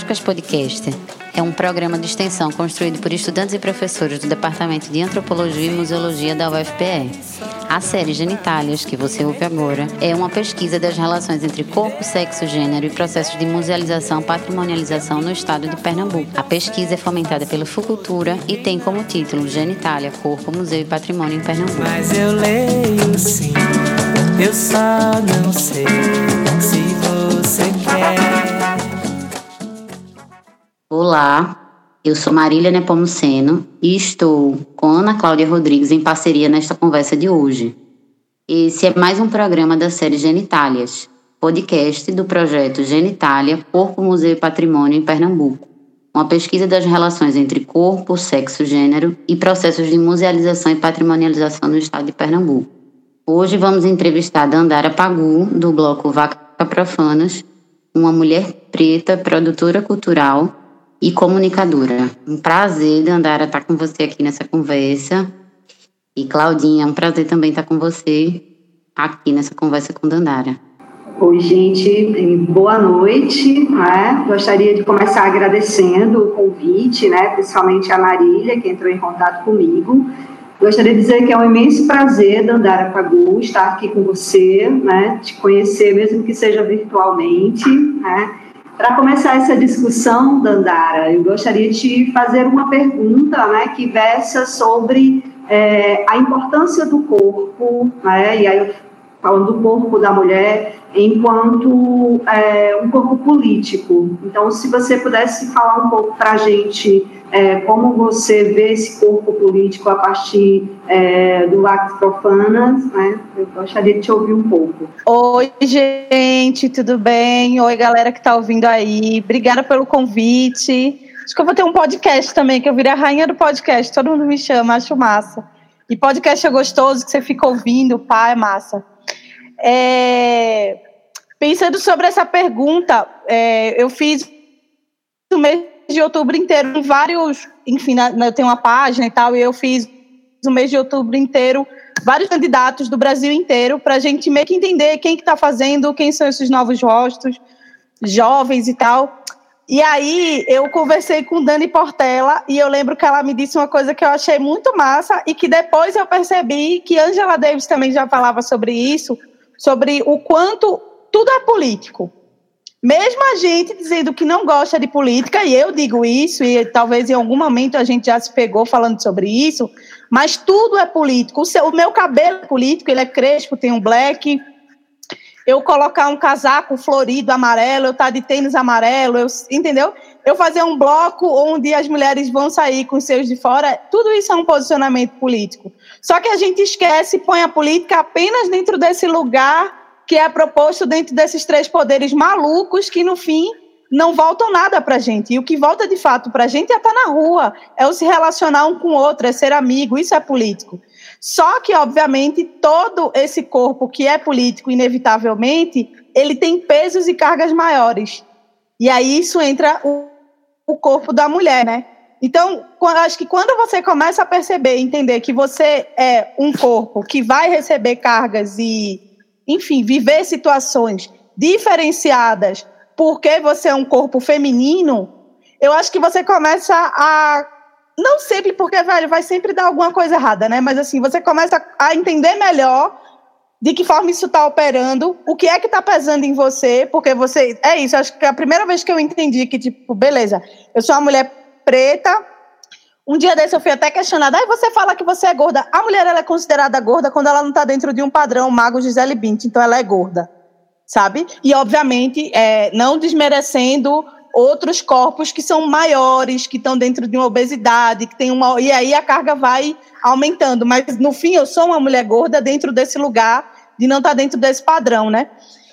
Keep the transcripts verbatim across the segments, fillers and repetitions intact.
Antropológicas Podcast é um programa de extensão construído por estudantes e professores do Departamento de Antropologia e Museologia da U F P E. A série Genitálias, que você ouve agora, é uma pesquisa das relações entre corpo, sexo, gênero e processos de musealização e patrimonialização no estado de Pernambuco. A pesquisa é fomentada pela Fucultura e tem como título Genitália, Corpo, Museu e Patrimônio em Pernambuco. Mas eu leio sim, eu só não sei se você quer. Olá, eu sou Marília Nepomuceno e estou com Ana Cláudia Rodrigues em parceria nesta conversa de hoje. Esse é mais um programa da série Genitálias, podcast do projeto Genitália, Corpo, Museu e Patrimônio em Pernambuco, uma pesquisa das relações entre corpo, sexo, gênero e processos de musealização e patrimonialização no estado de Pernambuco. Hoje vamos entrevistar Dandara Pagu, do bloco Vaca Profanas, uma mulher preta, produtora cultural e comunicadora. Um prazer, Dandara, estar com você aqui nessa conversa. E Claudinha, é um prazer também estar com você aqui nessa conversa com Dandara. Oi, gente, boa noite. Né? Gostaria de começar agradecendo o convite, né? Principalmente a Marília, que entrou em contato comigo. Gostaria de dizer que é um imenso prazer, Dandara Pagu, estar aqui com você, né? Te conhecer, mesmo que seja virtualmente, né? Para começar essa discussão, Dandara, eu gostaria de te fazer uma pergunta, né, que versa sobre é, a importância do corpo, né, e aí falando do corpo da mulher enquanto é, um corpo político. Então, se você pudesse falar um pouco para a gente é, como você vê esse corpo político a partir é, do Vaca Profanas, né? Eu gostaria de te ouvir um pouco. Oi, gente, tudo bem? Oi, galera que está ouvindo aí. Obrigada pelo convite. Acho que eu vou ter um podcast também, que eu virei a rainha do podcast. Todo mundo me chama, acho massa. E podcast é gostoso, que você fica ouvindo, pá, é massa. É... Pensando sobre essa pergunta, é, eu fiz o mês de outubro inteiro em vários, enfim, na, eu tenho uma página e tal, e eu fiz o mês de outubro inteiro vários candidatos do Brasil inteiro para a gente meio que entender quem que está fazendo, quem são esses novos rostos, jovens e tal. E aí eu conversei com Dani Portela e eu lembro que ela me disse uma coisa que eu achei muito massa e que depois eu percebi que Angela Davis também já falava sobre isso, sobre o quanto tudo é político. Mesmo a gente dizendo que não gosta de política, e eu digo isso, e talvez em algum momento a gente já se pegou falando sobre isso, mas tudo é político. O, seu, o meu cabelo é político, ele é crespo, tem um black. Eu colocar um casaco florido amarelo, eu estar de tênis amarelo, eu, entendeu? Eu fazer um bloco onde as mulheres vão sair com os seus de fora, tudo isso é um posicionamento político. Só que a gente esquece e põe a política apenas dentro desse lugar que é proposto dentro desses três poderes malucos que, no fim, não voltam nada para a gente. E o que volta, de fato, para a gente é estar na rua, é o se relacionar um com o outro, é ser amigo, isso é político. Só que, obviamente, todo esse corpo que é político, inevitavelmente, ele tem pesos e cargas maiores. E aí isso entra o, o corpo da mulher, né? Então, acho que quando você começa a perceber, entender que você é um corpo que vai receber cargas e, enfim, viver situações diferenciadas porque você é um corpo feminino, eu acho que você começa a... Não sempre, porque, velho, vai sempre dar alguma coisa errada, né? Mas, assim, você começa a entender melhor de que forma isso está operando, o que é que está pesando em você, porque você... É isso, acho que é a primeira vez que eu entendi que, tipo, beleza, eu sou uma mulher preta. Um dia desse eu fui até questionada, aí você fala que você é gorda. A mulher, ela é considerada gorda quando ela não está dentro de um padrão mago Gisele Bündchen, então ela é gorda, sabe? E, obviamente, é, não desmerecendo outros corpos que são maiores, que estão dentro de uma obesidade, que tem uma... E aí a carga vai aumentando. Mas, no fim, eu sou uma mulher gorda dentro desse lugar de não estar dentro desse padrão, né?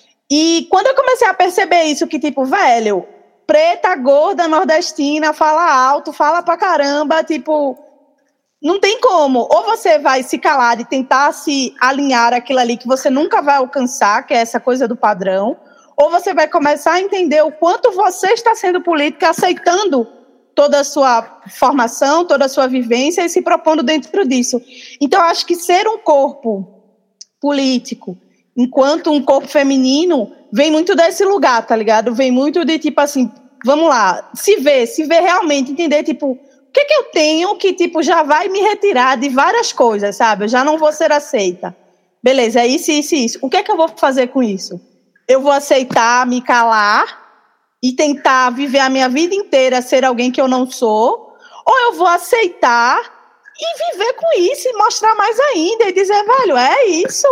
E quando eu comecei a perceber isso, que, tipo, velho... preta, gorda, nordestina, fala alto, fala pra caramba, tipo, não tem como. Ou você vai se calar e tentar se alinhar aquilo ali que você nunca vai alcançar, que é essa coisa do padrão, ou você vai começar a entender o quanto você está sendo política, aceitando toda a sua formação, toda a sua vivência e se propondo dentro disso. Então, eu acho que ser um corpo político, enquanto um corpo feminino, vem muito desse lugar, tá ligado? Vem muito de, tipo assim, vamos lá, se ver, se ver realmente, entender, tipo, o que que eu tenho que, tipo, já vai me retirar de várias coisas, sabe? Eu já não vou ser aceita. Beleza, é isso, isso, isso. O que é que eu vou fazer com isso? Eu vou aceitar, me calar e tentar viver a minha vida inteira ser alguém que eu não sou, ou eu vou aceitar e viver com isso e mostrar mais ainda e dizer, velho, é isso.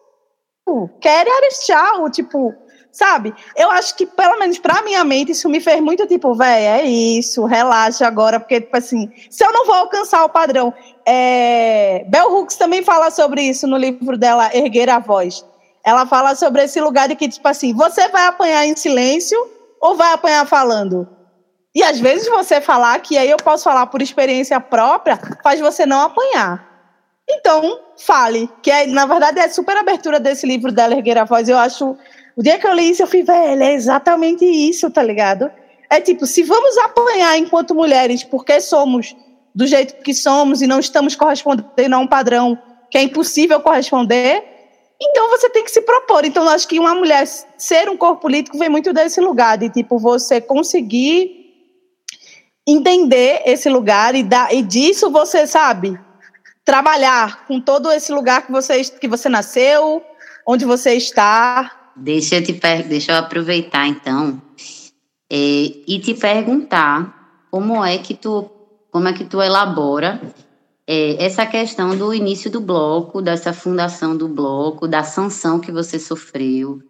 Quero tchau, tipo, sabe? Eu acho que, pelo menos pra minha mente, isso me fez muito, tipo, velho, é isso, relaxa agora, porque, tipo assim, se eu não vou alcançar o padrão... É... Bell Hooks também fala sobre isso no livro dela, Erguer a Voz. Ela fala sobre esse lugar de que, tipo assim, você vai apanhar em silêncio ou vai apanhar falando? E às vezes você falar, que aí eu posso falar por experiência própria, faz você não apanhar. Então, fale. Que é, na verdade é a super abertura desse livro dela, Erguer a Voz. Eu acho... O dia que eu li isso, eu fui, velho, é exatamente isso, tá ligado? É tipo, se vamos apanhar enquanto mulheres porque somos do jeito que somos e não estamos correspondendo a um padrão que é impossível corresponder, então você tem que se propor. Então, eu acho que uma mulher ser um corpo político vem muito desse lugar, de tipo, você conseguir entender esse lugar e, dar, e disso você, sabe, trabalhar com todo esse lugar que você, que você nasceu, onde você está. Deixa eu, te per- deixa eu aproveitar, então, é, e te perguntar como é que tu, como é que tu elabora é, essa questão do início do bloco, dessa fundação do bloco, da sanção que você sofreu,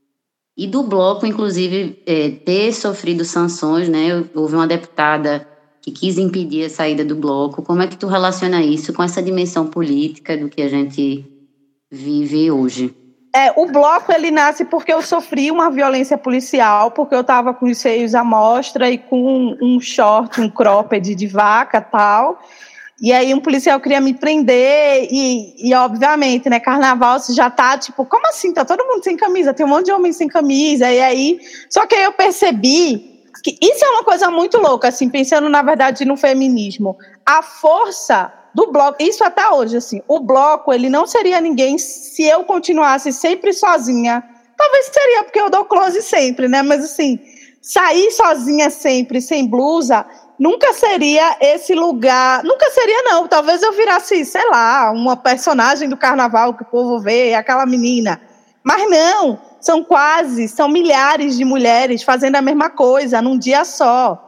e do bloco, inclusive, é, ter sofrido sanções, né? Houve uma deputada que quis impedir a saída do bloco. Como é que tu relaciona isso com essa dimensão política do que a gente vive hoje? É, o bloco, ele nasce porque eu sofri uma violência policial, porque eu estava com os seios à mostra e com um short, um cropped de vaca e tal. E aí um policial queria me prender e, e obviamente, né, carnaval você já tá, tipo, como assim? Tá todo mundo sem camisa, tem um monte de homem sem camisa. E aí, só que aí eu percebi que isso é uma coisa muito louca, assim, pensando, na verdade, no feminismo. A força do bloco, isso até hoje, assim, o bloco, ele não seria ninguém se eu continuasse sempre sozinha. Talvez seria porque eu dou close sempre, né? Mas, assim, sair sozinha sempre, sem blusa, nunca seria esse lugar, nunca seria não, talvez eu virasse, sei lá, uma personagem do carnaval que o povo vê, aquela menina. Mas não, são quase, são milhares de mulheres fazendo a mesma coisa num dia só.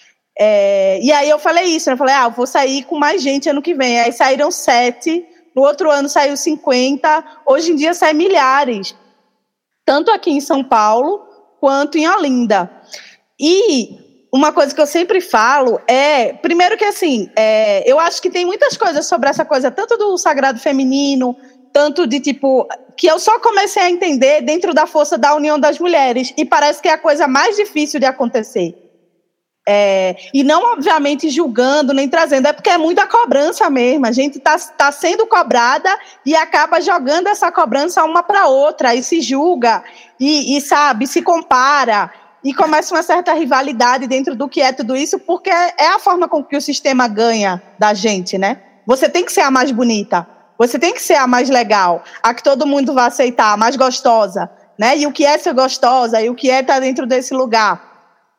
É, e aí eu falei isso, né? Eu falei, ah, eu vou sair com mais gente ano que vem. Aí saíram sete, no outro ano saiu cinquenta, hoje em dia saem milhares, tanto aqui em São Paulo quanto em Olinda. E uma coisa que eu sempre falo é, primeiro que assim, é, eu acho que tem muitas coisas sobre essa coisa, tanto do sagrado feminino, tanto de tipo, que eu só comecei a entender dentro da força da união das mulheres, e parece que é a coisa mais difícil de acontecer. É, e não, obviamente, julgando, nem trazendo, é porque é muita cobrança mesmo, a gente está tá sendo cobrada e acaba jogando essa cobrança uma para outra, e se julga, e, e sabe, se compara, e começa uma certa rivalidade dentro do que é tudo isso, porque é a forma com que o sistema ganha da gente, né? Você tem que ser a mais bonita, você tem que ser a mais legal, a que todo mundo vai aceitar, a mais gostosa, né? E o que é ser gostosa, e o que é estar dentro desse lugar.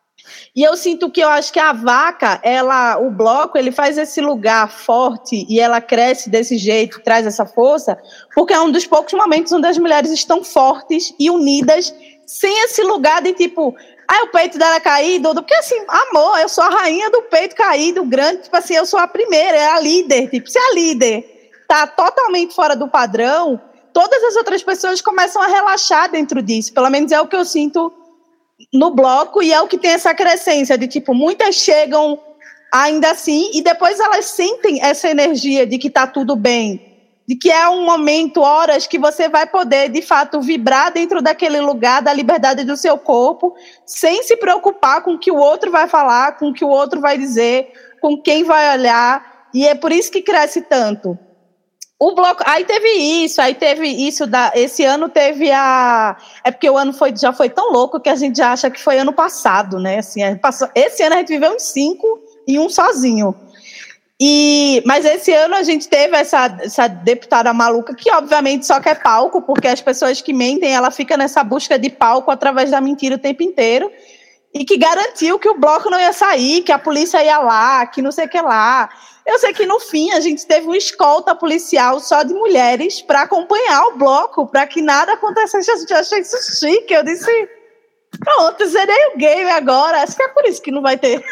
E eu sinto que eu acho que a vaca, ela, o bloco, ele faz esse lugar forte e ela cresce desse jeito, traz essa força, porque é um dos poucos momentos onde as mulheres estão fortes e unidas, sem esse lugar de tipo, ah, o peito dela é caído, porque assim, amor, eu sou a rainha do peito caído, grande, tipo assim, eu sou a primeira, é a líder, tipo, se a líder tá totalmente fora do padrão, todas as outras pessoas começam a relaxar dentro disso, pelo menos é o que eu sinto no bloco, e é o que tem essa crescência de tipo, muitas chegam ainda assim e depois elas sentem essa energia de que tá tudo bem, de que é um momento, horas que você vai poder de fato vibrar dentro daquele lugar da liberdade do seu corpo, sem se preocupar com o que o outro vai falar, com o que o outro vai dizer, com quem vai olhar, e é por isso que cresce tanto. O bloco, aí teve isso, aí teve isso, da, esse ano teve a... É porque o ano foi, já foi tão louco que a gente já acha que foi ano passado, né? Assim, passou, esse ano a gente viveu uns cinco e um sozinho. E, mas esse ano a gente teve essa, essa deputada maluca que obviamente só quer palco, porque as pessoas que mentem, ela fica nessa busca de palco através da mentira o tempo inteiro. e que garantiu que o bloco não ia sair, que a polícia ia lá, que não sei o que lá. Eu sei que, no fim, a gente teve uma escolta policial só de mulheres para acompanhar o bloco, para que nada acontecesse. Eu achei isso chique. Eu disse, pronto, zerei o game agora. Acho que é por isso que não vai ter.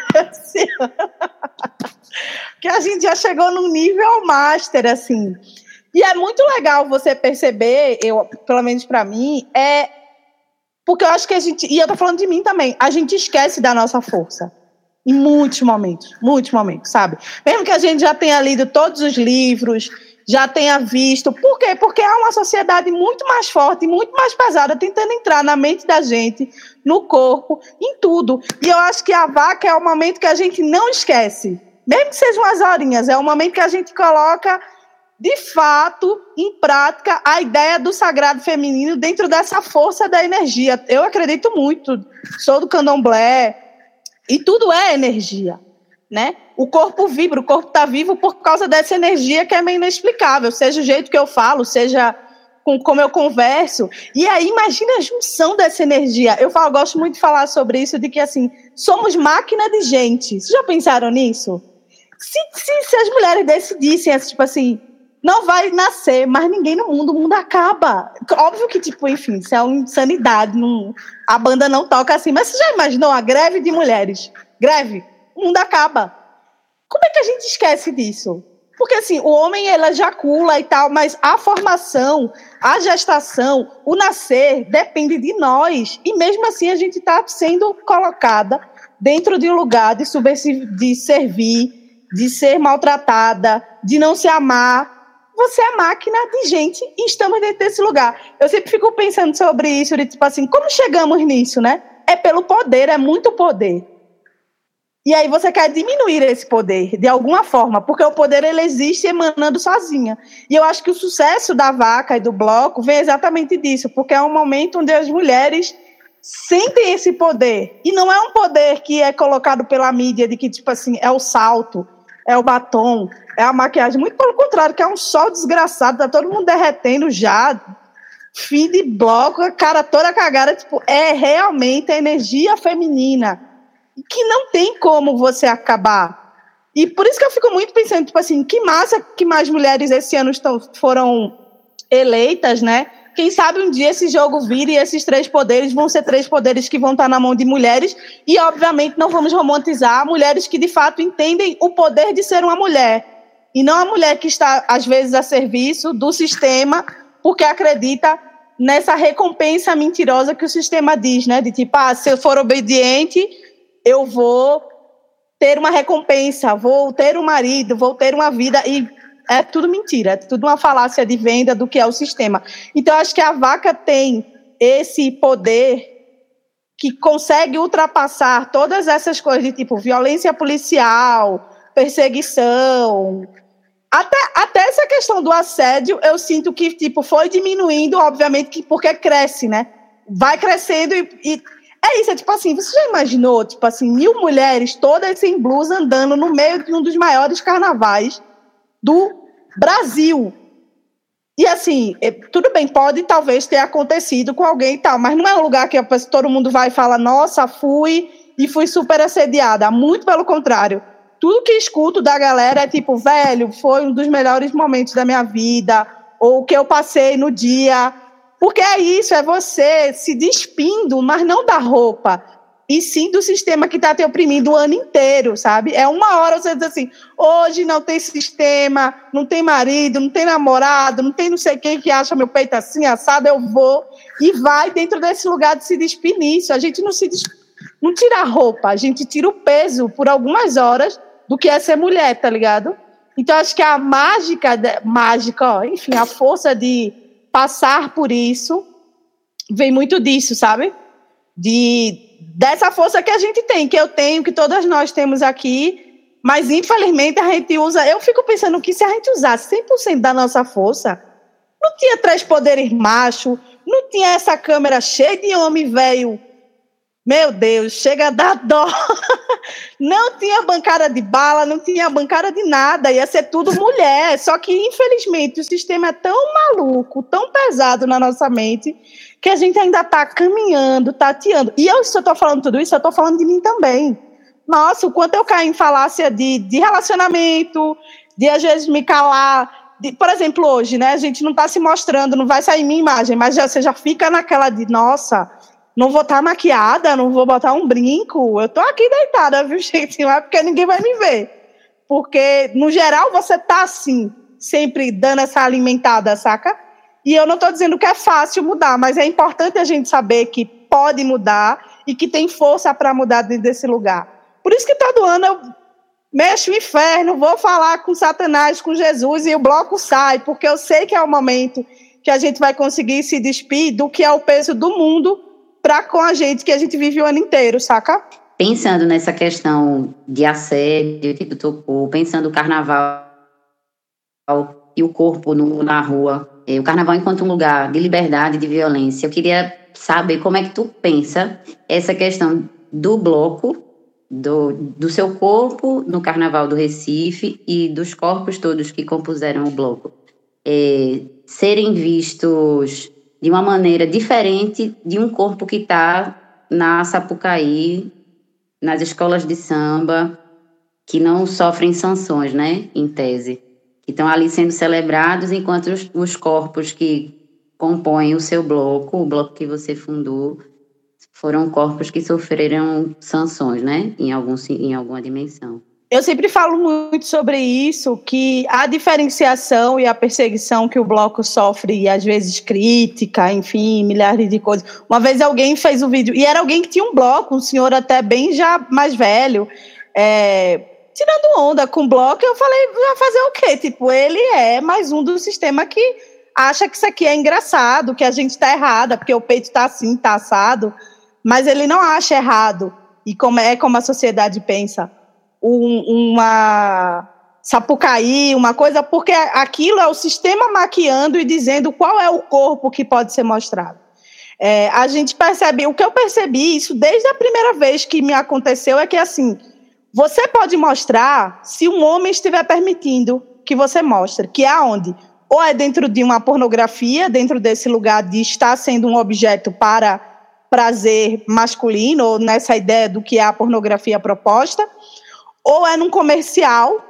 Porque a gente já chegou num nível master, assim. E é muito legal você perceber, eu, pelo menos para mim, é... Porque eu acho que a gente... E eu tô falando de mim também. A gente esquece da nossa força. Em muitos momentos, muitos momentos, sabe? Mesmo que a gente já tenha lido todos os livros, já tenha visto. Por quê? Porque há uma sociedade muito mais forte, muito mais pesada, tentando entrar na mente da gente, no corpo, em tudo. E eu acho que a vaca é o momento que a gente não esquece. Mesmo que sejam as horinhas, é o momento que a gente coloca, de fato, em prática, a ideia do sagrado feminino dentro dessa força da energia. Eu acredito muito, sou do candomblé, e tudo é energia, né? O corpo vibra, o corpo está vivo por causa dessa energia que é meio inexplicável, seja o jeito que eu falo, seja com, como eu converso. E aí, imagina a junção dessa energia. Eu falo, gosto muito de falar sobre isso, de que, assim, somos máquina de gente. Vocês já pensaram nisso? Se, se, se as mulheres decidissem, tipo assim, não vai nascer mais ninguém no mundo, o mundo acaba. Óbvio que, tipo, enfim, isso é uma insanidade, não, a banda não toca assim, mas você já imaginou a greve de mulheres? Greve, o mundo acaba. Como é que a gente esquece disso? Porque, assim, o homem, ele ejacula e tal, mas a formação, a gestação, o nascer, depende de nós. E mesmo assim a gente está sendo colocada dentro de um lugar de, de servir, de ser maltratada, de não se amar. Você é máquina de gente e estamos dentro desse lugar. Eu sempre fico pensando sobre isso, de tipo assim, como chegamos nisso, né? É pelo poder, é muito poder. E aí você quer diminuir esse poder, de alguma forma, porque o poder, ele existe emanando sozinha. E eu acho que o sucesso da vaca e do bloco vem exatamente disso, porque é um momento onde as mulheres sentem esse poder. E não é um poder que é colocado pela mídia, de que, tipo assim, é o salto, é o batom, é a maquiagem. Muito pelo contrário, que é um sol desgraçado, tá todo mundo derretendo já, fim de bloco, a cara toda cagada. Tipo, é realmente a energia feminina, que não tem como você acabar. E por isso que eu fico muito pensando, tipo assim, que massa que mais mulheres esse ano estão, foram eleitas, né? Quem sabe um dia esse jogo vire e esses três poderes vão ser três poderes que vão estar na mão de mulheres e, obviamente, não vamos romantizar mulheres que, de fato, entendem o poder de ser uma mulher e não a mulher que está, às vezes, a serviço do sistema porque acredita nessa recompensa mentirosa que o sistema diz, né? De tipo, ah, se eu for obediente, eu vou ter uma recompensa, vou ter um marido, vou ter uma vida, e é tudo mentira, é tudo uma falácia de venda do que é o sistema. Então, acho que a vaca tem esse poder que consegue ultrapassar todas essas coisas de tipo violência policial, perseguição, até, até essa questão do assédio, eu sinto que tipo, foi diminuindo, obviamente, que, porque cresce, né? Vai crescendo e... e é isso, é tipo assim, você já imaginou, tipo assim, mil mulheres todas sem blusa andando no meio de um dos maiores carnavais do Brasil? E assim, tudo bem, pode talvez ter acontecido com alguém e tal, mas não é um lugar que todo mundo vai e fala, nossa, fui e fui super assediada. Muito pelo contrário. Tudo que escuto da galera é tipo, velho, foi um dos melhores momentos da minha vida, ou o que eu passei no dia. Porque é isso, é você se despindo, mas não da roupa, e sim do sistema que está te oprimindo o ano inteiro, sabe? É uma hora você diz assim, hoje não tem sistema, não tem marido, não tem namorado, não tem não sei quem que acha meu peito assim, assado, eu vou, e vai dentro desse lugar de se despir nisso. A gente não se desp... não tira a roupa, a gente tira o peso por algumas horas do que é ser mulher, tá ligado? Então, acho que a mágica, mágica, ó, enfim, a força de passar por isso vem muito disso, sabe? De, dessa força que a gente tem, que eu tenho, que todas nós temos aqui, mas infelizmente a gente usa... Eu fico pensando que se a gente usasse cem por cento da nossa força, não tinha três poderes macho, não tinha essa câmera cheia de homem velho. Meu Deus, chega a dar dó. Não tinha bancada de bala, não tinha bancada de nada, ia ser tudo mulher. Só que, infelizmente, o sistema é tão maluco, tão pesado na nossa mente, que a gente ainda está caminhando, tateando. E eu, se eu estou falando tudo isso, eu estou falando de mim também. Nossa, o quanto eu caio em falácia de, de relacionamento, de às vezes me calar. De, por exemplo, hoje, né, a gente não está se mostrando, não vai sair minha imagem, mas já, você já fica naquela de, nossa, não vou estar maquiada, não vou botar um brinco, eu estou aqui deitada, viu, gente? Não é porque ninguém vai me ver. Porque, no geral, você está assim, sempre dando essa alimentada, saca? E eu não estou dizendo que é fácil mudar, mas é importante a gente saber que pode mudar e que tem força para mudar dentro desse lugar. Por isso que todo ano eu mexo o inferno, vou falar com Satanás, com Jesus, e o bloco sai, porque eu sei que é o momento que a gente vai conseguir se despir do que é o peso do mundo para com a gente, que a gente vive o ano inteiro, saca? Pensando nessa questão de assédio que tu tocou, pensando o carnaval e o corpo no, na rua, o carnaval enquanto um lugar de liberdade, de violência, eu queria saber como é que tu pensa essa questão do bloco, do, do seu corpo no carnaval do Recife e dos corpos todos que compuseram o bloco, é, serem vistos de uma maneira diferente de um corpo que está na Sapucaí, nas escolas de samba, que não sofrem sanções, né, em tese, que estão ali sendo celebrados, enquanto os, os corpos que compõem o seu bloco, o bloco que você fundou, foram corpos que sofreram sanções, né, em, algum, em alguma dimensão. Eu sempre falo muito sobre isso, que a diferenciação e a perseguição que o bloco sofre, e às vezes crítica, enfim, milhares de coisas. Uma vez alguém fez um vídeo, e era alguém que tinha um bloco, um senhor até bem já mais velho, é, tirando onda com o bloco, eu falei, vai fazer o quê? Tipo, ele é mais um do sistema que acha que isso aqui é engraçado, que a gente está errada, porque o peito está assim, está assado, mas ele não acha errado, e como é como a sociedade pensa. Um, uma Sapucaí, uma coisa, porque aquilo é o sistema maquiando e dizendo qual é o corpo que pode ser mostrado. É, a gente percebe, o que eu percebi, isso desde a primeira vez que me aconteceu, é que assim, você pode mostrar se um homem estiver permitindo que você mostre, que é aonde? Ou é dentro de uma pornografia, dentro desse lugar de estar sendo um objeto para prazer masculino, ou nessa ideia do que é a pornografia proposta, ou é num comercial,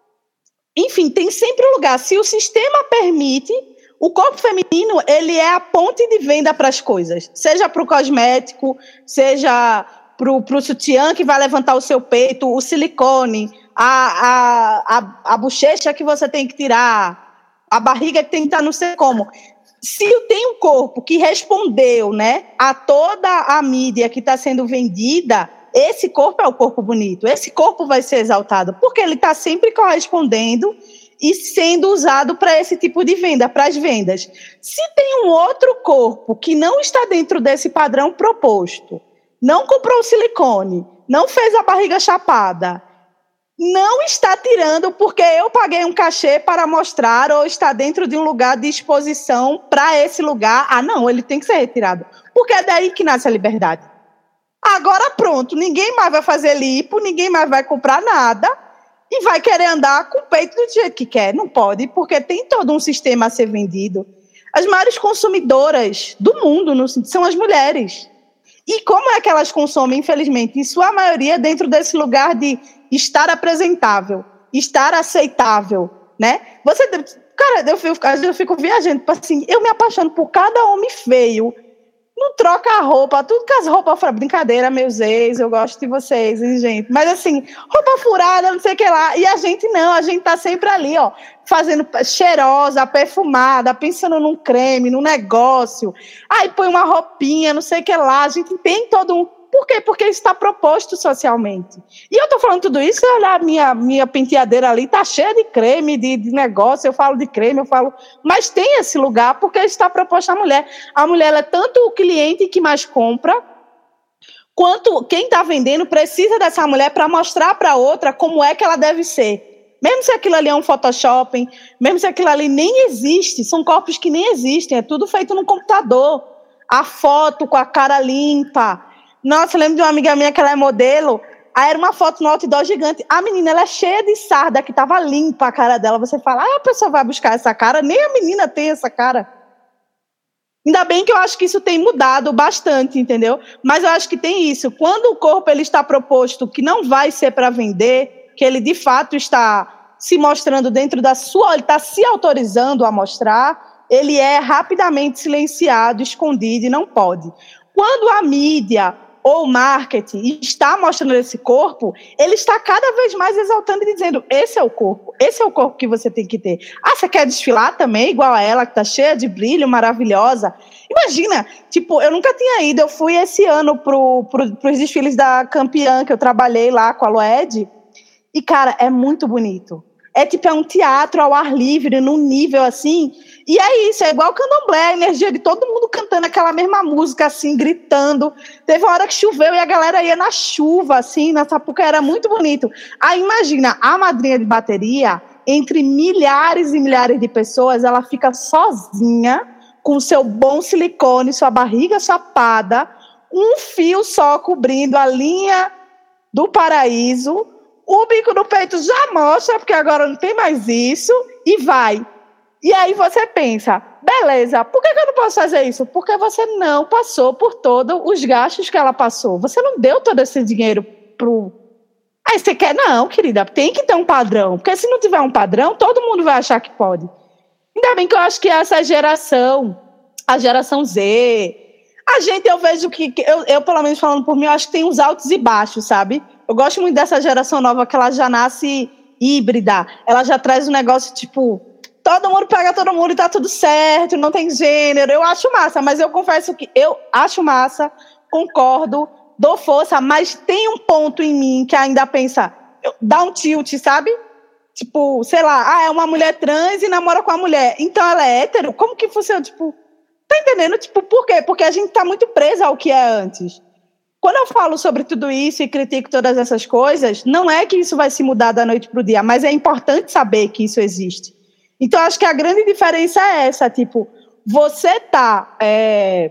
enfim, tem sempre um lugar. Se o sistema permite, o corpo feminino, ele é a ponte de venda para as coisas, seja para o cosmético, seja para o sutiã que vai levantar o seu peito, o silicone, a, a, a, a bochecha que você tem que tirar, a barriga que tem que estar não sei como. Se tem um corpo que respondeu, né, a toda a mídia que está sendo vendida, esse corpo é o corpo bonito, esse corpo vai ser exaltado, porque ele está sempre correspondendo e sendo usado para esse tipo de venda, para as vendas. Se tem um outro corpo que não está dentro desse padrão proposto, não comprou o silicone, não fez a barriga chapada, não está tirando porque eu paguei um cachê para mostrar, ou está dentro de um lugar de exposição para esse lugar, ah não, ele tem que ser retirado, porque é daí que nasce a liberdade. Agora pronto, ninguém mais vai fazer lipo, ninguém mais vai comprar nada e vai querer andar com o peito do jeito que quer. Não pode, porque tem todo um sistema a ser vendido. As maiores consumidoras do mundo são as mulheres. E como é que elas consomem, infelizmente, em sua maioria, dentro desse lugar de estar apresentável, estar aceitável, né? Você, cara, eu fico, eu fico viajando, assim, eu me apaixono por cada homem feio. Não troca a roupa, tudo com as roupas furadas. Brincadeira, meus ex, eu gosto de vocês, hein, gente? Mas assim, roupa furada, não sei o que lá. E a gente não, a gente tá sempre ali, ó, fazendo cheirosa, perfumada, pensando num creme, num negócio. Aí põe uma roupinha, não sei o que lá. A gente tem todo um... Por quê? Porque isso está proposto socialmente. E eu tô falando tudo isso, olha, a minha, minha penteadeira ali tá cheia de creme, de, de negócio, eu falo de creme, eu falo... Mas tem esse lugar porque está proposto à mulher. A mulher, ela é tanto o cliente que mais compra, quanto quem está vendendo precisa dessa mulher para mostrar para outra como é que ela deve ser. Mesmo se aquilo ali é um Photoshop, mesmo se aquilo ali nem existe, são corpos que nem existem, é tudo feito no computador. A foto com a cara limpa... Nossa, eu lembro de uma amiga minha que ela é modelo, Aí era uma foto no outdoor gigante. A menina, ela é cheia de sarda, que tava limpa a cara dela. Você fala, ah, a pessoa vai buscar essa cara? Nem a menina tem essa cara. Ainda bem que eu acho que isso tem mudado bastante, entendeu? Mas eu acho que tem isso. Quando o corpo ele está proposto que não vai ser para vender, que ele de fato está se mostrando dentro da sua... Ele está se autorizando a mostrar, ele é rapidamente silenciado, escondido e não pode. Quando a mídia ou o marketing está mostrando esse corpo, ele está cada vez mais exaltando e dizendo, esse é o corpo, esse é o corpo que você tem que ter. Ah, você quer desfilar também, igual a ela, que está cheia de brilho, maravilhosa? Imagina, tipo, eu nunca tinha ido, eu fui esse ano para pro, os desfiles da Campeã, que eu trabalhei lá com a Loed, e, cara, é muito bonito. É tipo, é um teatro ao ar livre, num nível assim. E é isso, é igual o candomblé, a energia de todo mundo cantando aquela mesma música, assim, gritando. Teve uma hora que choveu e a galera ia na chuva, assim, na Sapucaí, era muito bonito. Aí imagina, a madrinha de bateria, entre milhares e milhares de pessoas, ela fica sozinha, com seu bom silicone, sua barriga chapada, um fio só cobrindo a linha do paraíso. O bico no peito já mostra, porque agora não tem mais isso, e vai. E aí você pensa, beleza, por que, que eu não posso fazer isso? Porque você não passou por todos os gastos que ela passou. Você não deu todo esse dinheiro pro... Aí você quer, não, querida, tem que ter um padrão. Porque se não tiver um padrão, todo mundo vai achar que pode. Ainda bem que eu acho que essa geração, a geração Z, a gente, eu vejo que, eu, eu pelo menos falando por mim, eu acho que tem uns altos e baixos, sabe? Eu gosto muito dessa geração nova, que ela já nasce híbrida. Ela já traz um negócio, tipo, todo mundo pega todo mundo e tá tudo certo, não tem gênero. Eu acho massa, mas eu confesso que eu acho massa, concordo, dou força, mas tem um ponto em mim que ainda pensa, dá um tilt, sabe? Tipo, sei lá, ah, é uma mulher trans e namora com a mulher. Então ela é hétero? Como que funciona? Tipo, tá entendendo? Tipo, por quê? Porque a gente tá muito presa ao que é antes. Quando eu falo sobre tudo isso e critico todas essas coisas, não é que isso vai se mudar da noite para o dia, mas é importante saber que isso existe. Então, acho que a grande diferença é essa, tipo, você tá é,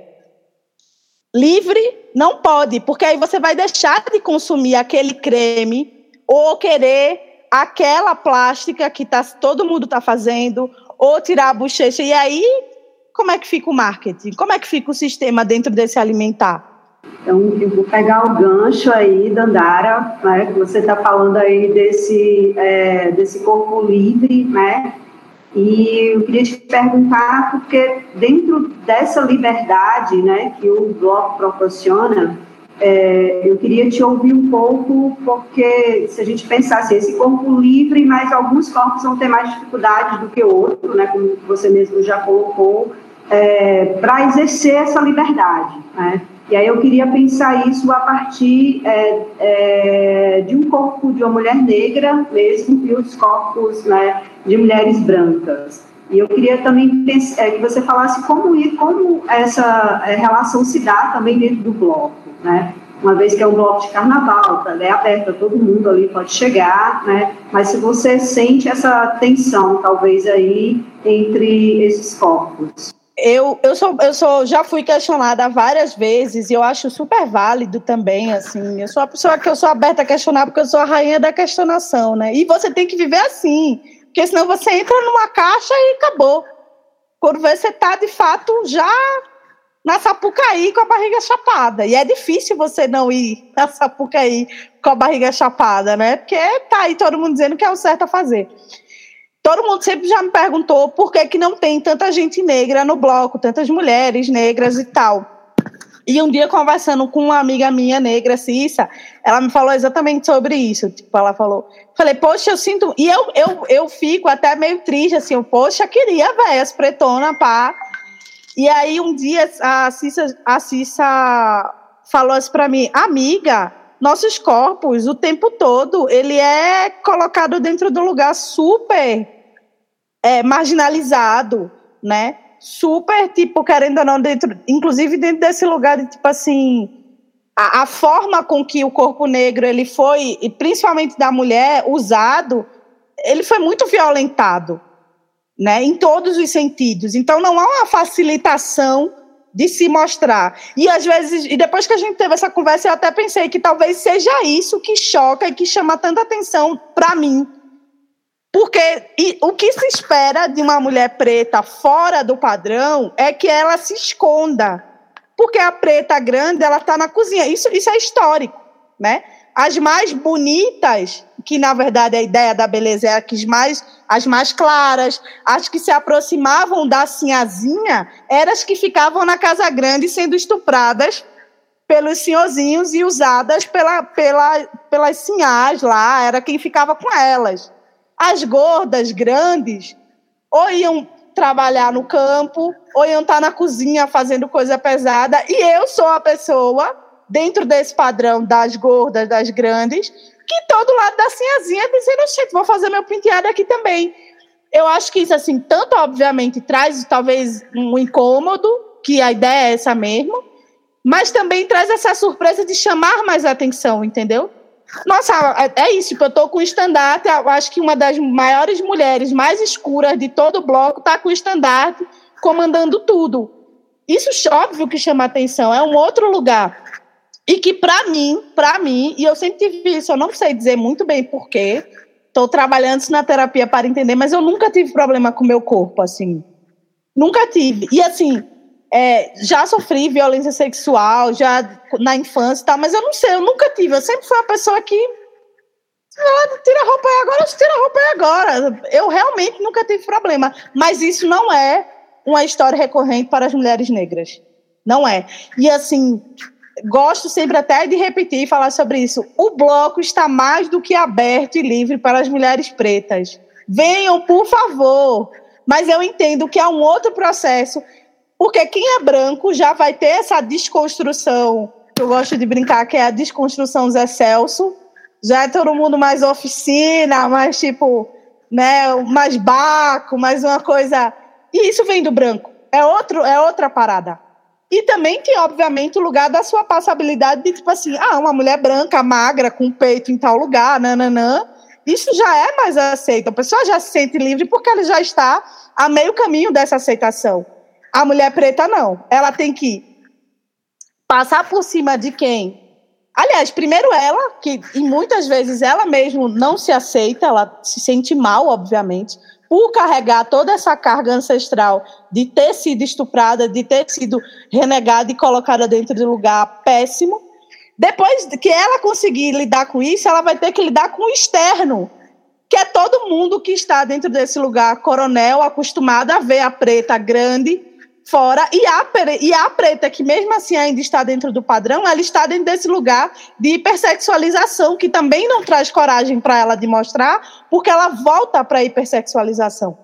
livre, não pode, porque aí você vai deixar de consumir aquele creme ou querer aquela plástica que tá, todo mundo está fazendo, ou tirar a bochecha. E aí, como é que fica o marketing? Como é que fica o sistema dentro desse alimentar? Então, eu vou pegar o gancho aí, Dandara, né, que você está falando aí desse, é, desse corpo livre, né, e eu queria te perguntar, porque dentro dessa liberdade, né, que o bloco proporciona, é, eu queria te ouvir um pouco, porque se a gente pensasse esse corpo livre, mas alguns corpos vão ter mais dificuldade do que outros, né, como você mesmo já colocou, é, para exercer essa liberdade, né. E aí eu queria pensar isso a partir é, é, de um corpo de uma mulher negra mesmo e os corpos, né, de mulheres brancas. E eu queria também pensar, é, que você falasse como, como essa é, relação se dá também dentro do bloco, né? Uma vez que é um bloco de carnaval, é aberto, todo mundo ali pode chegar, né? Mas se você sente essa tensão, talvez, aí entre esses corpos. Eu, eu, sou, eu sou, já fui questionada várias vezes e eu acho super válido também, assim, eu sou a pessoa que eu sou aberta a questionar porque eu sou a rainha da questionação, né, e você tem que viver assim, porque senão você entra numa caixa e acabou, quando você tá de fato já na Sapucaí com a barriga chapada, e é difícil você não ir na Sapucaí com a barriga chapada, né, porque tá aí todo mundo dizendo que é o certo a fazer. Todo mundo sempre já me perguntou por que, que não tem tanta gente negra no bloco, tantas mulheres negras e tal. E um dia, conversando com uma amiga minha negra, Cissa, ela me falou exatamente sobre isso. Tipo, ela falou, falei, poxa, eu sinto... E eu, eu, eu fico até meio triste, assim, eu, poxa, queria ver as pretonas, pá. E aí, um dia, a Cissa, a Cissa falou assim pra mim, amiga, nossos corpos, o tempo todo, ele é colocado dentro de um lugar super é, marginalizado, né? Super, tipo, querendo ou não, dentro, inclusive dentro desse lugar de, tipo assim, a, a forma com que o corpo negro, ele foi, e principalmente da mulher, usado, ele foi muito violentado, né? Em todos os sentidos. Então, não há uma facilitação de se mostrar. E às vezes, e depois que a gente teve essa conversa, eu até pensei que talvez seja isso que choca e que chama tanta atenção para mim. Porque e, o que se espera de uma mulher preta fora do padrão é que ela se esconda. Porque a preta grande, ela está na cozinha. Isso, isso é histórico, né? As mais bonitas, que na verdade a ideia da beleza é as mais, as mais claras, as que se aproximavam da sinhazinha, eram as que ficavam na casa grande sendo estupradas pelos senhorzinhos e usadas pela, pela, pelas sinhás lá, era quem ficava com elas. As gordas grandes ou iam trabalhar no campo, ou iam estar na cozinha fazendo coisa pesada, e eu sou a pessoa, dentro desse padrão das gordas, das grandes, que todo lado da sinhazinha dizendo, gente, vou fazer meu penteado aqui também. Eu acho que isso, assim, tanto, obviamente, traz talvez um incômodo, que a ideia é essa mesmo, mas também traz essa surpresa de chamar mais atenção, entendeu? Nossa, é isso, eu estou com o estandarte, eu acho que uma das maiores mulheres mais escuras de todo o bloco está com o estandarte comandando tudo. Isso, óbvio que chama atenção, é um outro lugar. E que, para mim, para mim, e eu sempre tive isso, eu não sei dizer muito bem porquê, estou trabalhando isso na terapia para entender, mas eu nunca tive problema com o meu corpo, assim. Nunca tive. E, assim, é, já sofri violência sexual, já na infância e tal, mas eu não sei, eu nunca tive. Eu sempre fui uma pessoa que ah, tira a roupa aí agora, tira a roupa aí agora. Eu realmente nunca tive problema. Mas isso não é uma história recorrente para as mulheres negras. Não é. E, assim, gosto sempre até de repetir e falar sobre isso. O bloco está mais do que aberto e livre para as mulheres pretas. Venham, por favor. Mas eu entendo que é um outro processo, porque quem é branco já vai ter essa desconstrução, que eu gosto de brincar, que é a desconstrução Zé Celso. Já é todo mundo mais oficina, mais tipo, né, mais baco, mais uma coisa. E isso vem do branco. É, outro, é outra parada. E também tem, obviamente, o lugar da sua passabilidade de, tipo assim, ah, uma mulher branca, magra, com peito em tal lugar, nananã. Isso já é mais aceito. A pessoa já se sente livre porque ela já está a meio caminho dessa aceitação. A mulher preta, não. Ela tem que passar por cima de quem? Aliás, primeiro ela, que e muitas vezes ela mesmo não se aceita, ela se sente mal, obviamente, por carregar toda essa carga ancestral de ter sido estuprada, de ter sido renegada e colocada dentro de um lugar péssimo. Depois que ela conseguir lidar com isso, ela vai ter que lidar com o externo, que é todo mundo que está dentro desse lugar coronel, acostumado a ver a preta grande fora, e a, e a preta, que mesmo assim ainda está dentro do padrão, ela está dentro desse lugar de hipersexualização, que também não traz coragem para ela de mostrar, porque ela volta para a hipersexualização.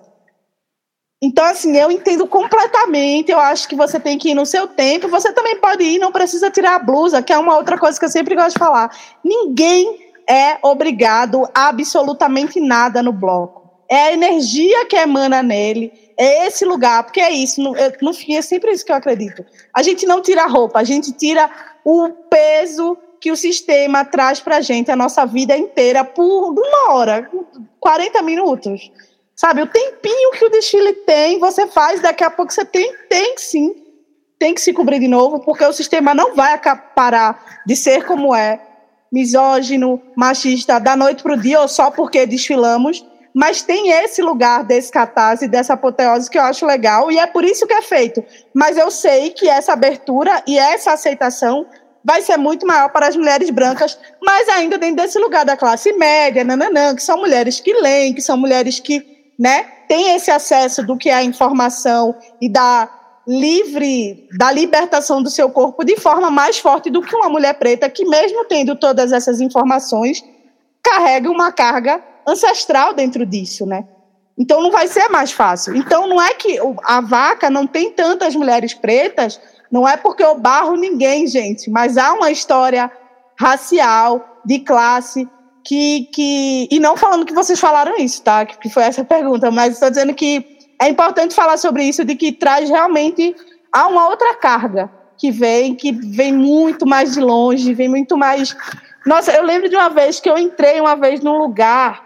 Então, assim, eu entendo completamente, eu acho que você tem que ir no seu tempo, você também pode ir, não precisa tirar a blusa, que é uma outra coisa que eu sempre gosto de falar. Ninguém é obrigado a absolutamente nada no bloco. É a energia que emana nele, é esse lugar, porque é isso, no, eu, no fim é sempre isso que eu acredito. A gente não tira a roupa, a gente tira o peso que o sistema traz pra gente a nossa vida inteira por uma hora, quarenta minutos. Sabe, o tempinho que o desfile tem, você faz, daqui a pouco você tem, tem sim, tem que se cobrir de novo, porque o sistema não vai parar de ser como é, misógino, machista, da noite pro dia ou só porque desfilamos, mas tem esse lugar desse catarse, dessa apoteose que eu acho legal, e é por isso que é feito. Mas eu sei que essa abertura e essa aceitação vai ser muito maior para as mulheres brancas, mas ainda dentro desse lugar da classe média, nananã, que são mulheres que leem, que são mulheres que, né, têm esse acesso do que é a informação e da livre, da libertação do seu corpo de forma mais forte do que uma mulher preta que, mesmo tendo todas essas informações, carrega uma carga ancestral dentro disso, né? Então não vai ser mais fácil. Então não é que a vaca não tem tantas mulheres pretas, não é porque eu barro ninguém, gente, mas há uma história racial, de classe, que, que... E não falando que vocês falaram isso, tá? Que foi essa pergunta, mas estou dizendo que é importante falar sobre isso, de que traz realmente há uma outra carga que vem, que vem muito mais de longe, vem muito mais... Nossa, eu lembro de uma vez que eu entrei uma vez num lugar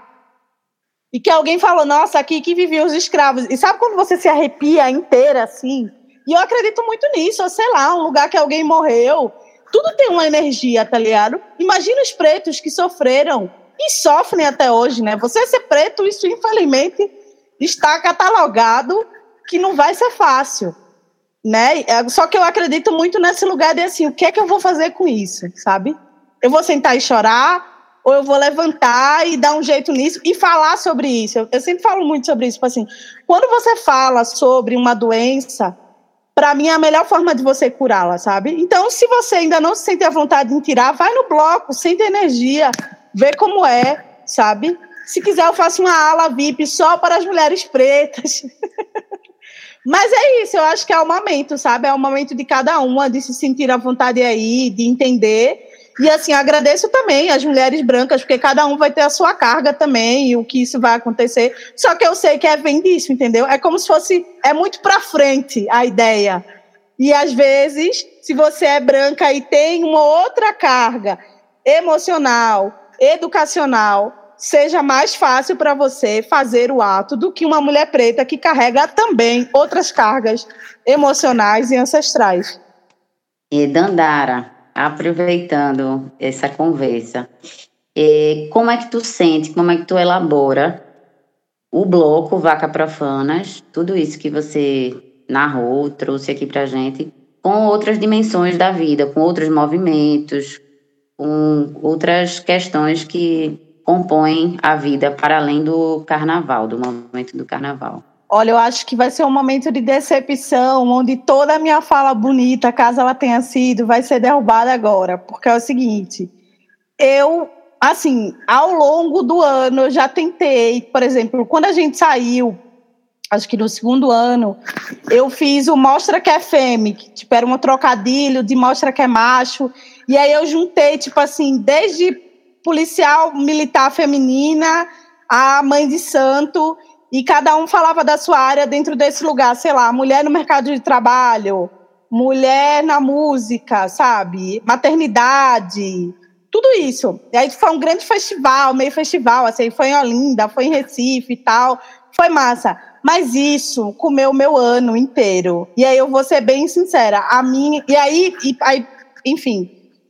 e que alguém falou, nossa, aqui que viviam os escravos. E sabe quando você se arrepia inteira, assim? E eu acredito muito nisso, ou sei lá, um lugar que alguém morreu, tudo tem uma energia, tá ligado? Imagina os pretos que sofreram e sofrem até hoje, né? Você ser preto, isso infelizmente está catalogado que não vai ser fácil, né? Só que eu acredito muito nesse lugar de assim, o que é que eu vou fazer com isso, sabe? Eu vou sentar e chorar, ou eu vou levantar e dar um jeito nisso e falar sobre isso. Eu, eu sempre falo muito sobre isso, tipo assim, quando você fala sobre uma doença, para mim é a melhor forma de você curá-la, sabe? Então, se você ainda não se sente à vontade de tirar, vai no bloco, sente energia, vê como é, sabe? Se quiser, eu faço uma ala V I P só para as mulheres pretas. Mas é isso, eu acho que é o momento, sabe? É o momento de cada uma, de se sentir à vontade aí, de entender. E, assim, agradeço também as mulheres brancas, porque cada um vai ter a sua carga também, e o que isso vai acontecer. Só que eu sei que é vem disso, entendeu? É como se fosse... É muito para frente a ideia. E, às vezes, se você é branca e tem uma outra carga emocional, educacional, seja mais fácil para você fazer o ato do que uma mulher preta que carrega também outras cargas emocionais e ancestrais. E Dandara, aproveitando essa conversa, e como é que tu sente, como é que tu elabora o bloco Vaca Profanas, tudo isso que você narrou, trouxe aqui pra gente, com outras dimensões da vida, com outros movimentos, com outras questões que compõem a vida para além do carnaval, do momento do carnaval? Olha, eu acho que vai ser um momento de decepção, onde toda a minha fala bonita, caso ela tenha sido, vai ser derrubada agora. Porque é o seguinte, eu, assim, ao longo do ano, eu já tentei, por exemplo, quando a gente saiu, acho que no segundo ano, eu fiz o Mostra que é Fêmea, que tipo, era um trocadilho de Mostra que é Macho, e aí eu juntei, tipo assim, desde policial militar feminina a mãe de santo, e cada um falava da sua área dentro desse lugar, sei lá, mulher no mercado de trabalho, mulher na música, sabe? Maternidade, tudo isso. E aí foi um grande festival, meio festival, assim, foi em Olinda, foi em Recife e tal, foi massa. Mas isso comeu o meu ano inteiro. E aí eu vou ser bem sincera, a minha... E aí, e, aí enfim,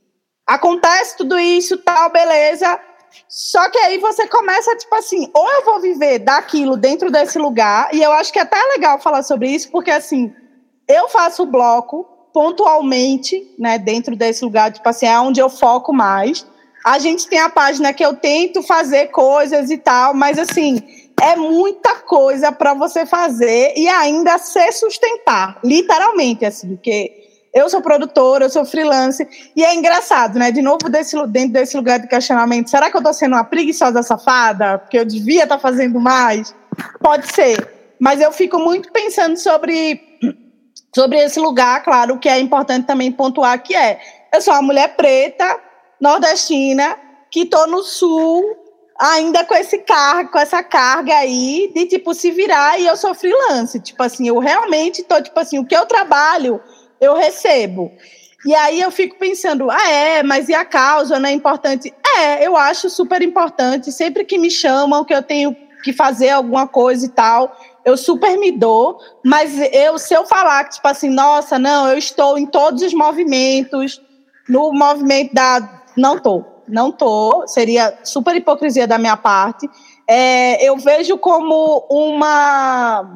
acontece tudo isso, tal, beleza... Só que aí você começa, tipo assim, ou eu vou viver daquilo dentro desse lugar, e eu acho que até é legal falar sobre isso, porque assim, eu faço o bloco pontualmente, né, dentro desse lugar, tipo assim, é onde eu foco mais. A gente tem a página que eu tento fazer coisas e tal, mas assim, é muita coisa para você fazer e ainda se sustentar, literalmente, assim, porque... Eu sou produtora, eu sou freelancer, e é engraçado, né? De novo, desse, dentro desse lugar de questionamento, será que eu tô sendo uma preguiçosa safada? Porque eu devia estar fazendo mais? Pode ser, mas eu fico muito pensando sobre, sobre esse lugar, claro, que é importante também pontuar que é, eu sou uma mulher preta, nordestina, que tô no sul, ainda com esse cargo, com essa carga aí, de, tipo, se virar, e eu sou freelancer, tipo assim, eu realmente tô, tipo assim, o que eu trabalho... eu recebo. E aí eu fico pensando, ah, é, mas e a causa não é importante? É, eu acho super importante. Sempre que me chamam, que eu tenho que fazer alguma coisa e tal, eu super me dou. Mas eu, se eu falar que, tipo assim, nossa, não, eu estou em todos os movimentos, no movimento da... Não tô, não tô. Seria super hipocrisia da minha parte. É, eu vejo como uma...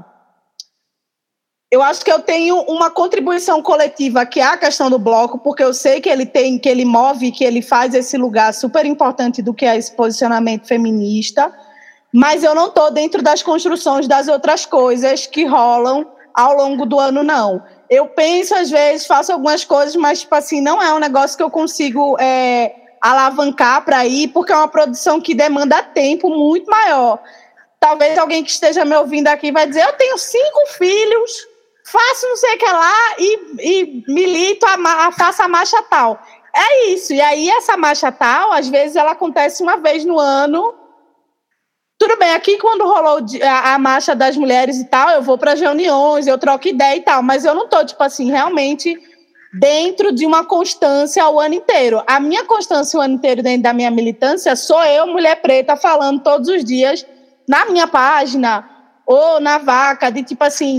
Eu acho que eu tenho uma contribuição coletiva, que é a questão do bloco, porque eu sei que ele tem, que ele move, que ele faz esse lugar super importante do que é esse posicionamento feminista, mas eu não estou dentro das construções das outras coisas que rolam ao longo do ano, não. Eu penso, às vezes, faço algumas coisas, mas, tipo assim, não é um negócio que eu consigo é, alavancar para ir, porque é uma produção que demanda tempo muito maior. Talvez alguém que esteja me ouvindo aqui vai dizer, eu tenho cinco filhos... faço não sei o que lá e, e milito, a, a, faço a marcha tal. É isso. E aí, essa marcha tal, às vezes, ela acontece uma vez no ano. Tudo bem, aqui quando rolou a, a marcha das mulheres e tal, eu vou para as reuniões, eu troco ideia e tal, mas eu não estou, tipo assim, realmente dentro de uma constância o ano inteiro. A minha constância o ano inteiro dentro da minha militância sou eu, mulher preta, falando todos os dias na minha página ou na Vaca, de tipo assim...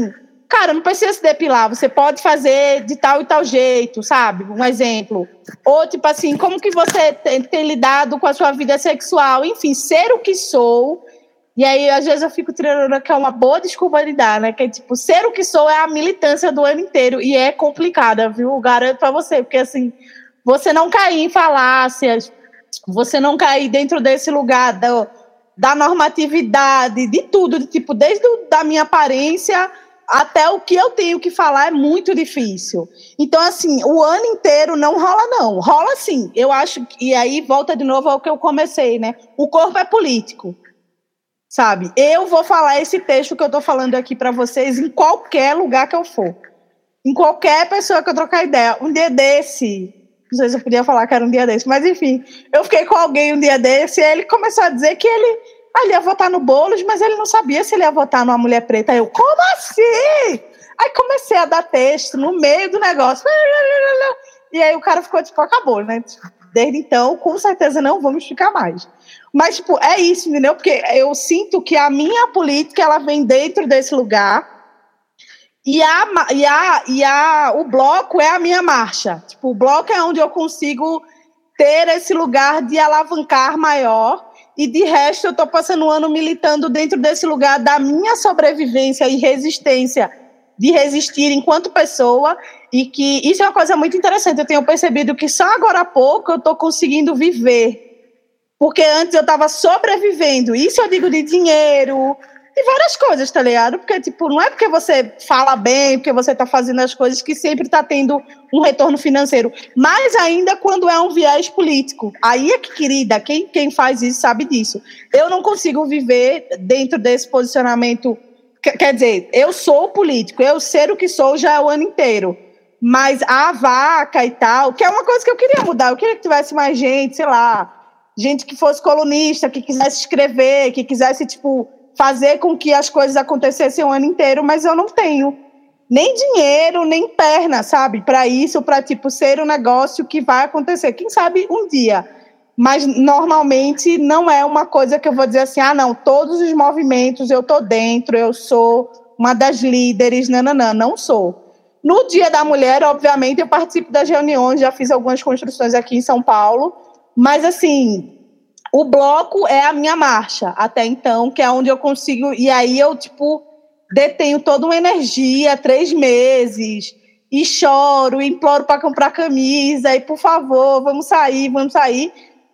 Cara, não precisa se depilar, você pode fazer de tal e tal jeito, sabe? Um exemplo. Ou, tipo assim, como que você tem, tem lidado com a sua vida sexual? Enfim, ser o que sou. E aí, às vezes, eu fico tirando que é uma boa desculpa de dar, né? Que é, tipo, ser o que sou é a militância do ano inteiro. E é complicada, viu? Eu garanto pra você. Porque, assim, você não cair em falácias, você não cair dentro desse lugar do, da normatividade, de tudo, de, tipo, desde o, da minha aparência até o que eu tenho que falar é muito difícil. Então, assim, o ano inteiro não rola, não. Rola sim. Eu acho que... E aí, volta de novo ao que eu comecei, né? O corpo é político, sabe? Eu vou falar esse texto que eu tô falando aqui para vocês em qualquer lugar que eu for. Em qualquer pessoa que eu trocar ideia. Um dia desse... Não sei se eu podia falar que era um dia desse, mas enfim. Eu fiquei com alguém um dia desse e ele começou a dizer que ele... ele ia votar no Boulos, mas ele não sabia se ele ia votar numa mulher preta. Aí eu, como assim? Aí comecei a dar texto no meio do negócio. E aí o cara ficou, tipo, acabou, né? Desde então, com certeza não vamos ficar mais. Mas, tipo, é isso, entendeu? Porque eu sinto que a minha política, ela vem dentro desse lugar e, a, e, a, e a, o bloco é a minha marcha. Tipo, o bloco é onde eu consigo ter esse lugar de alavancar maior. E, de resto, eu estou passando um ano militando dentro desse lugar da minha sobrevivência e resistência, de resistir enquanto pessoa, e que isso é uma coisa muito interessante. Eu tenho percebido que só agora há pouco eu estou conseguindo viver. Porque antes eu estava sobrevivendo. Isso eu digo de dinheiro, de várias coisas, tá ligado? Porque, tipo, não é porque você fala bem, porque você está fazendo as coisas que sempre está tendo um retorno financeiro. Mais ainda quando é um viés político. Aí é que, querida, quem, quem faz isso sabe disso. Eu não consigo viver dentro desse posicionamento. Quer dizer, eu sou político, eu ser o que sou já é o ano inteiro. Mas a vaca e tal, que é uma coisa que eu queria mudar. Eu queria que tivesse mais gente, sei lá, gente que fosse colunista, que quisesse escrever, que quisesse, tipo, fazer com que as coisas acontecessem o ano inteiro, mas eu não tenho nem dinheiro, nem perna, sabe, para isso, para, tipo, ser um negócio que vai acontecer. Quem sabe um dia. Mas, normalmente, não é uma coisa que eu vou dizer assim, ah, não, todos os movimentos eu tô dentro, eu sou uma das líderes, nananã, não sou. No Dia da Mulher, obviamente, eu participo das reuniões, já fiz algumas construções aqui em São Paulo, mas, assim, o bloco é a minha marcha, até então, que é onde eu consigo... E aí eu, tipo, detenho toda uma energia, três meses, e choro, imploro para comprar camisa, e, por favor, vamos sair, vamos sair.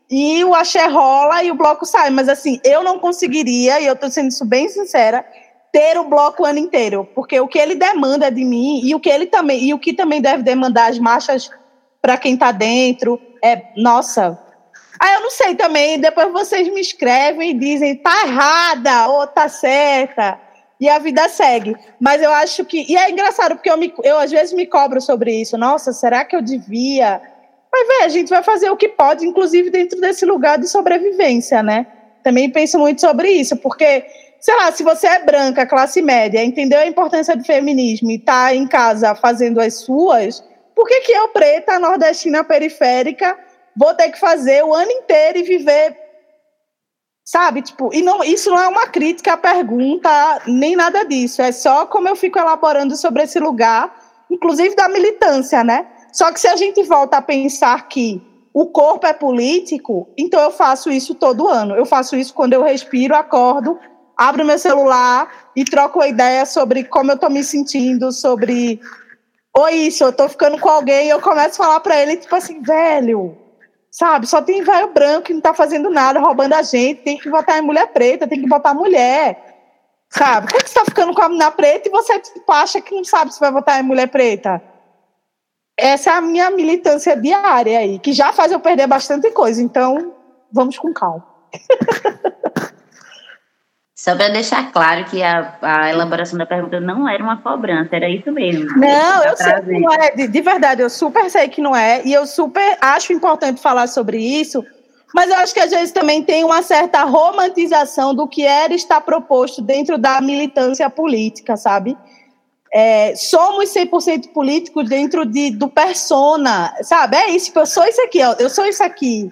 E o axé rola e o bloco sai. Mas, assim, eu não conseguiria, e eu estou sendo isso bem sincera, ter o bloco o ano inteiro, porque o que ele demanda de mim, e o que ele também, e o que também deve demandar as marchas para quem está dentro, é, nossa... Ah, eu não sei também, depois vocês me escrevem e dizem, tá errada ou tá certa, e a vida segue. Mas eu acho que... E é engraçado, porque eu, me, eu às vezes me cobro sobre isso. Nossa, será que eu devia... Mas, vê, a gente vai fazer o que pode, inclusive dentro desse lugar de sobrevivência, né? Também penso muito sobre isso, porque, sei lá, se você é branca, classe média, entendeu a importância do feminismo e tá em casa fazendo as suas, por que que eu, preta, nordestina, periférica... vou ter que fazer o ano inteiro e viver, sabe? Tipo, e não, isso não é uma crítica à pergunta, nem nada disso. É só como eu fico elaborando sobre esse lugar, inclusive da militância, né? Só que se a gente volta a pensar que o corpo é político, então eu faço isso todo ano. Eu faço isso quando eu respiro, acordo, abro meu celular e troco uma ideia sobre como eu tô me sentindo, sobre... Ou isso, eu tô ficando com alguém e eu começo a falar pra ele, tipo assim, velho... Sabe, só tem velho branco que não tá fazendo nada, roubando a gente, tem que votar em mulher preta, tem que votar mulher, sabe? Como que você tá ficando com a mulher preta e você tipo, acha que não sabe se vai votar em mulher preta? Essa é a minha militância diária aí, que já faz eu perder bastante coisa, então vamos com calma. Só para deixar claro que a, a elaboração da pergunta não era uma cobrança, era isso mesmo. Não, eu sei que não é, de, de verdade, eu super sei que não é, e eu super acho importante falar sobre isso, mas eu acho que às vezes também tem uma certa romantização do que era estar proposto dentro da militância política, sabe? É, somos cem por cento políticos dentro de, do persona, sabe? É isso, eu sou isso aqui, ó, eu sou isso aqui.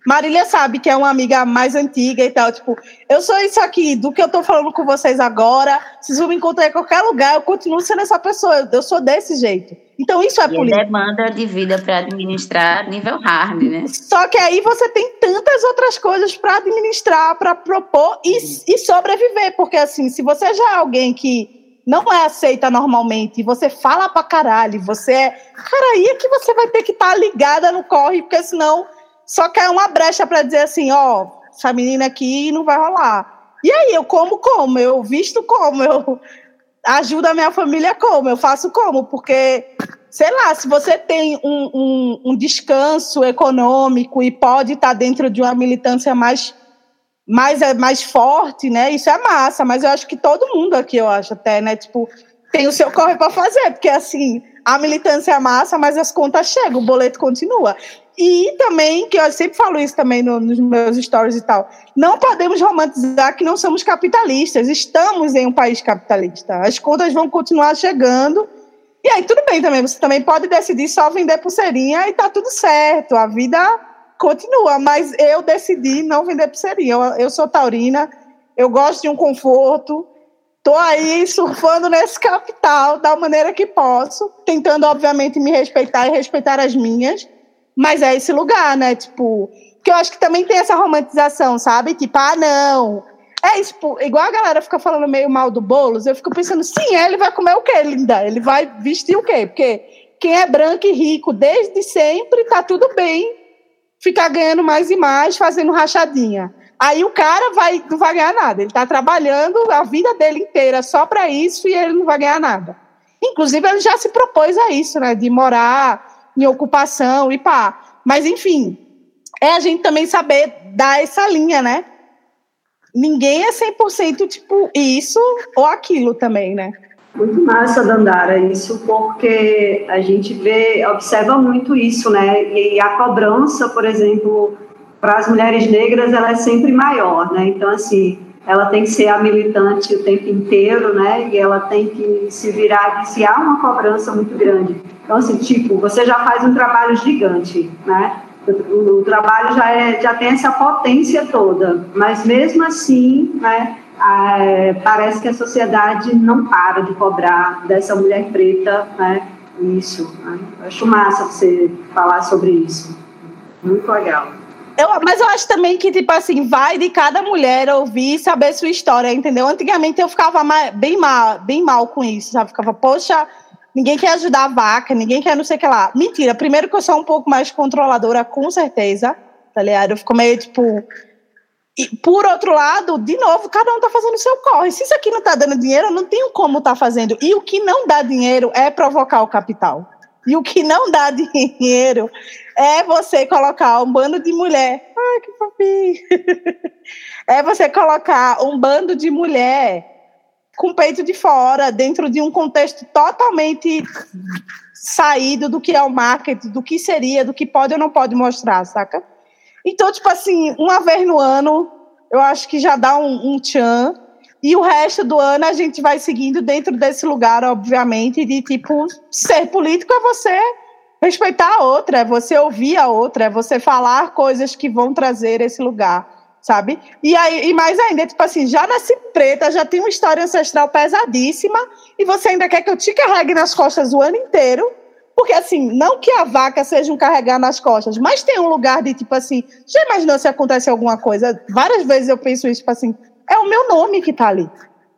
Marília sabe que é uma amiga mais antiga e tal, tipo, eu sou isso aqui, do que eu tô falando com vocês agora, vocês vão me encontrar em qualquer lugar, eu continuo sendo essa pessoa, eu, eu sou desse jeito. Então isso é e política. demanda de vida para administrar nível hard, né? Só que aí você tem tantas outras coisas para administrar, para propor e, e sobreviver, porque assim, se você já é alguém que não é aceita normalmente, e você fala pra caralho, você é... Cara, aí é que você vai ter que estar tá ligada no corre, porque senão só quer uma brecha para dizer assim, ó, essa menina aqui não vai rolar. E aí, eu como como? Eu visto como? Eu ajudo a minha família como? Eu faço como? Porque, sei lá, se você tem um, um, um descanso econômico e pode estar tá dentro de uma militância mais, mais, mais forte, né? Isso é massa, mas eu acho que todo mundo aqui, eu acho até, né? Tipo, tem o seu corre para fazer, porque assim, a militância é massa, mas as contas chegam, o boleto continua. E também, que eu sempre falo isso também no, nos meus stories e tal, não podemos romantizar que não somos capitalistas, estamos em um país capitalista, as contas vão continuar chegando, e aí tudo bem também, você também pode decidir só vender pulseirinha e tá tudo certo, a vida continua, mas eu decidi não vender pulseirinha, eu, eu sou taurina, eu gosto de um conforto, tô aí surfando nesse capital da maneira que posso, tentando obviamente me respeitar e respeitar as minhas. Mas é esse lugar, né? Tipo, que eu acho que também tem essa romantização, sabe? Tipo, ah, não. É isso, tipo, igual a galera fica falando meio mal do Boulos, eu fico pensando, sim, ele vai comer o quê, linda? Ele vai vestir o quê? Porque quem é branco e rico desde sempre, tá tudo bem ficar ganhando mais e mais, fazendo rachadinha. Aí o cara vai, não vai ganhar nada. Ele tá trabalhando a vida dele inteira só para isso e ele não vai ganhar nada. Inclusive, ele já se propôs a isso, né? De morar em ocupação e pá. Mas, enfim, é a gente também saber dar essa linha, né? Ninguém é cem por cento, tipo, isso ou aquilo também, né? Muito massa, Dandara, isso porque a gente vê, observa muito isso, né? E a cobrança, por exemplo, para as mulheres negras, ela é sempre maior, né? Então, assim, ela tem que ser a militante o tempo inteiro, né? E ela tem que se virar, se há uma cobrança muito grande. Então, assim, tipo, você já faz um trabalho gigante, né? O, o trabalho já, é, já tem essa potência toda, mas mesmo assim, né, é, parece que a sociedade não para de cobrar dessa mulher preta, né, isso. Né? Eu acho massa você falar sobre isso. Muito legal. Eu, mas eu acho também que, tipo assim, vai de cada mulher ouvir e saber sua história, entendeu? Antigamente eu ficava mais, bem, mal, bem mal com isso, sabe? Ficava, poxa, ninguém quer ajudar a vaca, ninguém quer não sei o que lá. Mentira, primeiro que eu sou um pouco mais controladora, com certeza, tá ligado? Eu fico meio, tipo... E, por outro lado, de novo, cada um tá fazendo o seu corre. Se isso aqui não tá dando dinheiro, eu não tenho como tá fazendo. E o que não dá dinheiro é provocar o capital. E o que não dá dinheiro é você colocar um bando de mulher... Ai, que fofinho! É você colocar um bando de mulher com o peito de fora, dentro de um contexto totalmente saído do que é o marketing, do que seria, do que pode ou não pode mostrar, saca? Então, tipo assim, uma vez no ano, eu acho que já dá um, um tchan, e o resto do ano a gente vai seguindo dentro desse lugar, obviamente, de, tipo, ser político é você respeitar a outra, é você ouvir a outra, é você falar coisas que vão trazer esse lugar, sabe? E, aí, e mais ainda, tipo assim, já nasci preta, já tem uma história ancestral pesadíssima, e você ainda quer que eu te carregue nas costas o ano inteiro, porque, assim, não que a vaca seja um carregar nas costas, mas tem um lugar de, tipo assim, já imaginou se acontece alguma coisa? Várias vezes eu penso isso, tipo assim, é o meu nome que tá ali.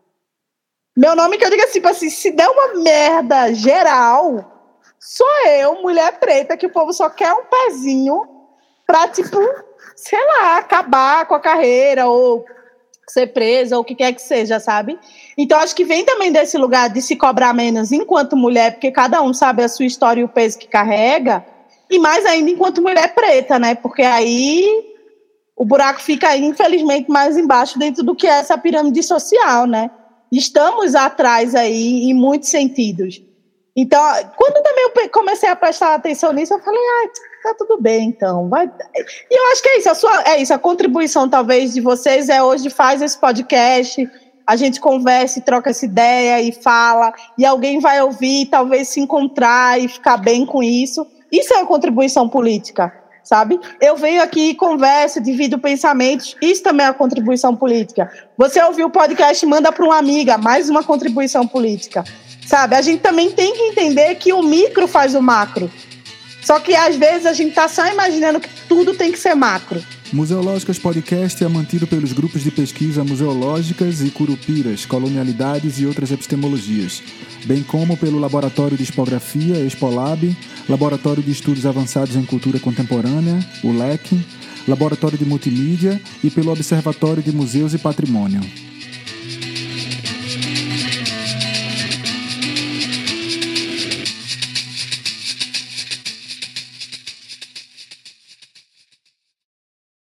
Meu nome que eu digo assim, tipo assim, se der uma merda geral, sou eu, mulher preta, que o povo só quer um pezinho pra, tipo, sei lá, acabar com a carreira, ou ser presa, ou o que quer que seja, sabe? Então, acho que vem também desse lugar de se cobrar menos enquanto mulher, porque cada um sabe a sua história e o peso que carrega, e mais ainda enquanto mulher preta, né? Porque aí o buraco fica, infelizmente, mais embaixo dentro do que é essa pirâmide social, né? Estamos atrás aí em muitos sentidos. Então, quando também eu comecei a prestar atenção nisso, eu falei, ah, tá tudo bem, então. Vai... E eu acho que é isso, a sua, é isso, a contribuição, talvez, de vocês é hoje faz esse podcast, a gente conversa e troca essa ideia e fala, e alguém vai ouvir, talvez se encontrar e ficar bem com isso. Isso é uma contribuição política, sabe? Eu venho aqui, converso, divido pensamentos, isso também é uma contribuição política. Você ouviu o podcast, manda para uma amiga, mais uma contribuição política, sabe? A gente também tem que entender que o micro faz o macro. Só que, às vezes, a gente está só imaginando que tudo tem que ser macro. Museológicas Podcast é mantido pelos grupos de pesquisa Museológicas e Curupiras, Colonialidades e outras epistemologias, bem como pelo Laboratório de Expografia, Expolab, Laboratório de Estudos Avançados em Cultura Contemporânea, o L E C, Laboratório de Multimídia e pelo Observatório de Museus e Patrimônio.